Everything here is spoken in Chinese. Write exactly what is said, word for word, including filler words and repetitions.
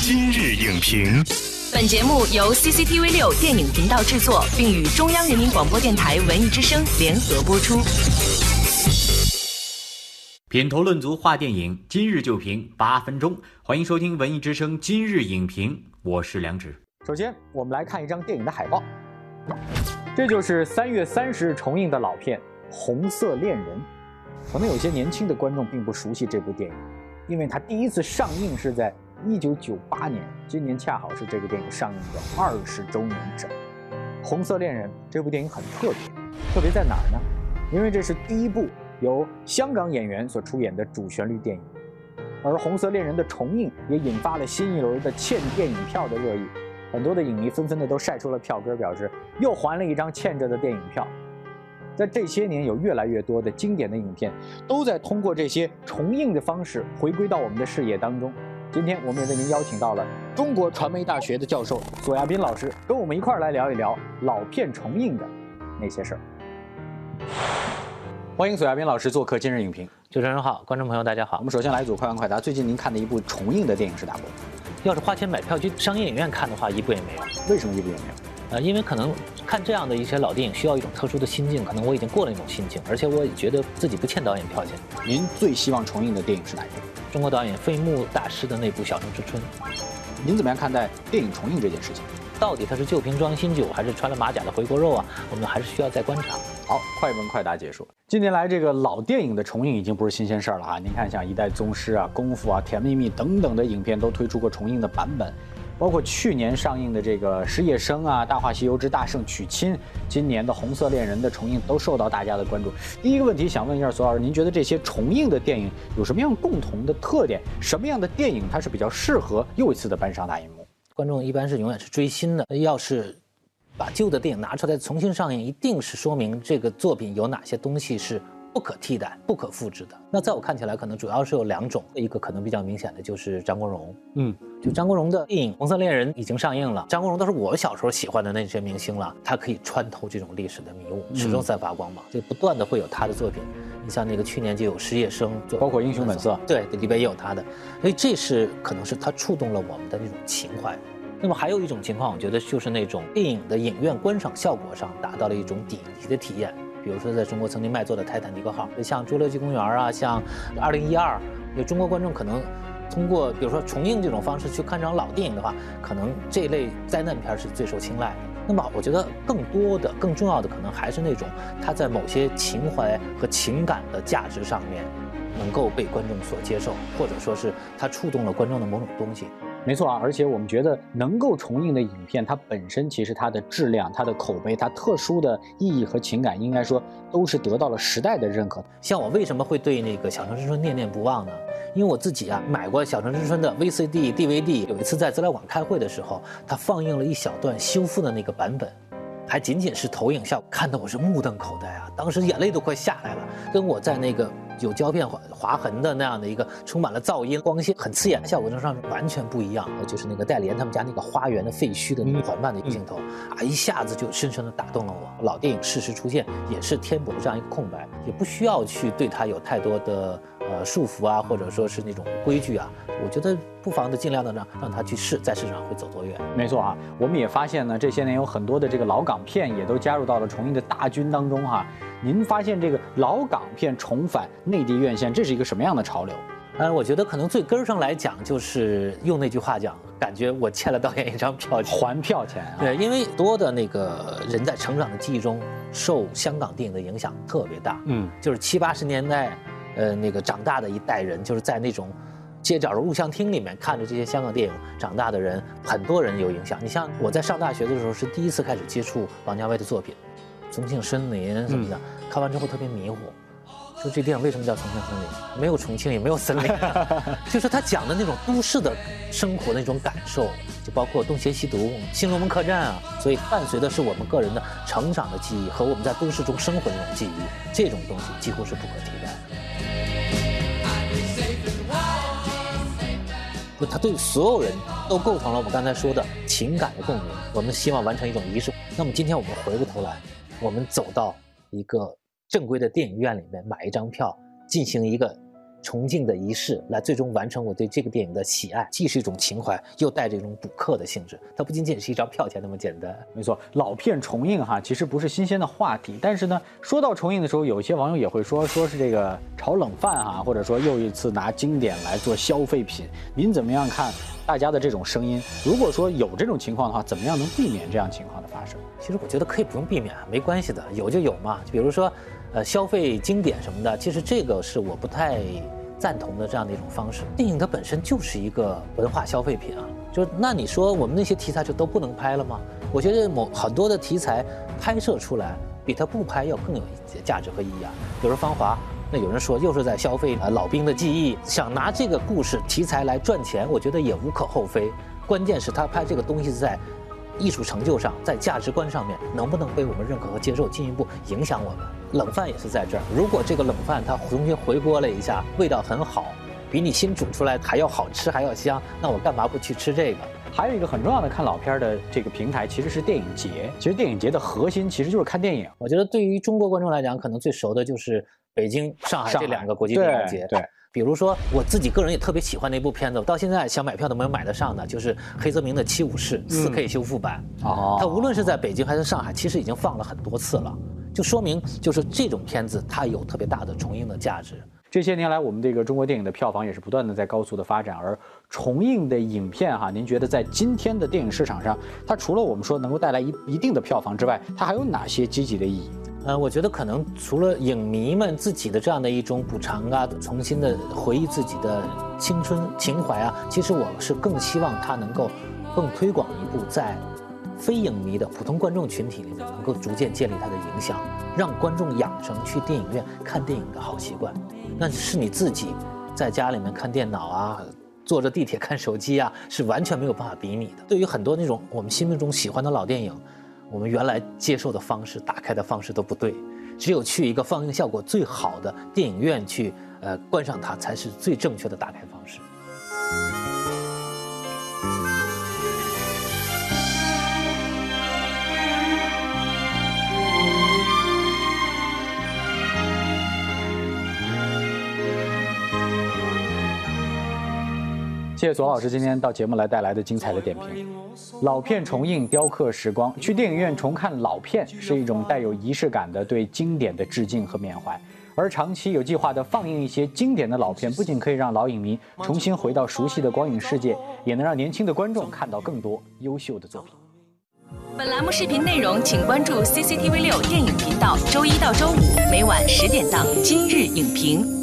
今日影评。 本节目由 C C T V 六电影频道制作，并与中央人民广播电台文艺之声联合播出。 品头论足话电影，今日就评八分钟，欢迎收听文艺之声今日影评，我是梁植。 首先，我们来看一张电影的海报，这就是三月三十日重映的老片《红色恋人》。可能有些年轻的观众并不熟悉这部电影，因为它第一次上映是在一九九八年，今年恰好是这个电影上映的二十周年整。《红色恋人》这部电影很特别，特别在哪儿呢？因为这是第一部由香港演员所出演的主旋律电影，而《红色恋人》的重映也引发了新一轮的欠电影票的热议，很多的影迷纷纷的都晒出了票根，表示又还了一张欠着的电影票。在这些年，有越来越多的经典的影片都在通过这些重映的方式回归到我们的视野当中。今天我们也为您邀请到了中国传媒大学的教授索亚斌老师，跟我们一块儿来聊一聊老片重映的那些事儿。欢迎索亚斌老师做客今日影评。 主持人好，观众朋友大家好。 我们首先来一组快问快答。最近您看的一部重映的电影是哪部？ 要是花钱买票去商业影院看的话，一部也没有。 为什么一部也没有？ 呃，因为可能看这样的一些老电影需要一种特殊的心境，可能我已经过了那种心境，而且我也觉得自己不欠导演票钱。 您最希望重映的电影是哪一部？ 中国导演费穆大师的那部《小城之春》。 您怎么样看待电影重映这件事情？ 到底它是旧瓶装新酒，还是穿了马甲的回锅肉啊？我们还是需要再观察。 好，快问快答结束。近年来，这个老电影的重映已经不是新鲜事儿了啊！您看，像《一代宗师》啊、《功夫》啊、《甜蜜蜜》等等的影片都推出过重映的版本。包括去年上映的这个《失业生》啊，《大话西游之大圣娶亲》，今年的《红色恋人》的重映都受到大家的关注。第一个问题想问一下索老师，您觉得这些重映的电影有什么样共同的特点？什么样的电影它是比较适合又一次的搬上大荧幕？ 观众一般是永远是追新的，要是把旧的电影拿出来重新上映，一定是说明这个作品有哪些东西是不可替代、不可复制的。那在我看起来，可能主要是有两种，一个可能比较明显的就是张国荣，嗯，就张国荣的电影《红色恋人》已经上映了，张国荣都是我小时候喜欢的那些明星了，他可以穿透这种历史的迷雾，始终在发光嘛，就不断的会有他的作品。你像那个去年就有《失业生》， 包括《英雄本色》， 对，里边也有他的，所以这是可能是他触动了我们的那种情怀。那么还有一种情况，我觉得就是那种电影的影院观赏效果上达到了一种顶级的体验。比如说，在中国曾经卖座的《泰坦尼克号》，像《侏罗纪公园》啊，像《二零一二》，有中国观众可能通过比如说重映这种方式去看这种老电影的话，可能这类灾难片是最受青睐的。那么，我觉得更多的、更重要的，可能还是那种它在某些情怀和情感的价值上面能够被观众所接受，或者说是它触动了观众的某种东西。 没错啊，而且我们觉得能够重映的影片，它本身其实它的质量、它的口碑、它特殊的意义和情感，应该说都是得到了时代的认可。 像我为什么会对那个《小城之春》念念不忘呢？因为我自己啊买过《小城之春》的 V C D、D V D， 有一次在资料馆开会的时候，它放映了一小段修复的那个版本，还仅仅是投影效果，看得我是目瞪口呆啊，当时眼泪都快下来了，跟我在那个有胶片划痕的那样的一个充满了噪音、光线很刺眼的效果上完全不一样。就是那个戴莲他们家那个花园的废墟的那个缓慢的镜头、嗯、啊，一下子就深深的打动了我。老电影适时出现，也是填补了这样一个空白，也不需要去对它有太多的呃束缚啊，或者说是那种规矩啊。我觉得不妨的尽量的让让它去试，在市场上会走多远。 没错啊，我们也发现呢，这些年有很多的这个老港片也都加入到了重映的大军当中哈。您发现这个老港片重返内地院线，这是一个什么样的潮流？ 呃，我觉得可能最根上来讲，就是用那句话讲，感觉我欠了导演一张票钱， 还票钱啊。 对，因为多的那个人在成长的记忆中，受香港电影的影响特别大。嗯，就是七八十年代，呃，那个长大的一代人，就是在那种街角的录像厅里面看着这些香港电影长大的人，很多人有影响。你像我在上大学的时候，是第一次开始接触王家卫的作品。重庆森林什么的、嗯，看完之后特别迷糊，说这电影为什么叫重庆森林？没有重庆，也没有森林，就是他讲的那种都市的生活的那种感受，就包括东邪西毒、新龙门客栈啊，所以伴随的是我们个人的成长的记忆和我们在都市中生活的那种记忆，这种东西几乎是不可替代的。它对所有人都构成了我们刚才说的情感的共鸣，我们希望完成一种仪式。那么今天我们回过头来，我们走到一个正规的电影院里面买一张票，进行一个重镜的仪式，来最终完成我对这个电影的喜爱，既是一种情怀，又带着一种补课的性质。它不仅仅是一张票钱那么简单。 没错，老片重映哈，其实不是新鲜的话题，但是呢，说到重映的时候，有一些网友也会说，说是这个炒冷饭哈，或者说又一次拿经典来做消费品。您怎么样看大家的这种声音？如果说有这种情况的话，怎么样能避免这样情况的发生？ 其实我觉得可以不用避免，没关系的，有就有嘛。比如说，呃，消费经典什么的，其实这个是我不太赞同的这样的一种方式。电影它本身就是一个文化消费品啊，就那你说我们那些题材就都不能拍了吗？我觉得某很多的题材拍摄出来比它不拍要更有价值和意义啊。比如说《芳华》，那有人说又是在消费呃老兵的记忆，想拿这个故事题材来赚钱，我觉得也无可厚非。关键是他拍这个东西在艺术成就上，在价值观上面能不能被我们认可和接受，进一步影响我们。冷饭也是在这儿，如果这个冷饭它重新回锅了一下，味道很好，比你新煮出来还要好吃还要香，那我干嘛不去吃这个？ 还有一个很重要的看老片的这个平台其实是电影节。其实电影节的核心其实就是看电影。 我觉得对于中国观众来讲，可能最熟的就是北京、上海这两个国际电影节。 对。对比如说，我自己个人也特别喜欢的一部片子，我到现在想买票都没有买得上的，就是黑泽明的《七武士》四 K 修复版。哦，它无论是在北京还是上海，其实已经放了很多次了，就说明就是这种片子它有特别大的重映的价值。 这些年来，我们这个中国电影的票房也是不断的在高速的发展，而重映的影片哈，您觉得在今天的电影市场上，它除了我们说能够带来一一定的票房之外，它还有哪些积极的意义？ 呃，我觉得可能除了影迷们自己的这样的一种补偿啊，重新的回忆自己的青春情怀啊，其实我是更希望它能够更推广一步，在非影迷的普通观众群体里面，能够逐渐建立它的影响，让观众养成去电影院看电影的好习惯。那是你自己在家里面看电脑啊，坐着地铁看手机啊，是完全没有办法比拟的。对于很多那种我们心目中喜欢的老电影，我们原来接受的方式、打开的方式都不对，只有去一个放映效果最好的电影院去，呃，观赏它，才是最正确的打开方式。 谢谢左老师今天到节目来带来的精彩的点评。老片重映，雕刻时光，去电影院重看老片是一种带有仪式感的对经典的致敬和缅怀。而长期有计划的放映一些经典的老片，不仅可以让老影迷重新回到熟悉的光影世界，也能让年轻的观众看到更多优秀的作品。 本栏目视频内容，请关注 C C T V 六电影频道，周一到周五每晚十点档《今日影评》。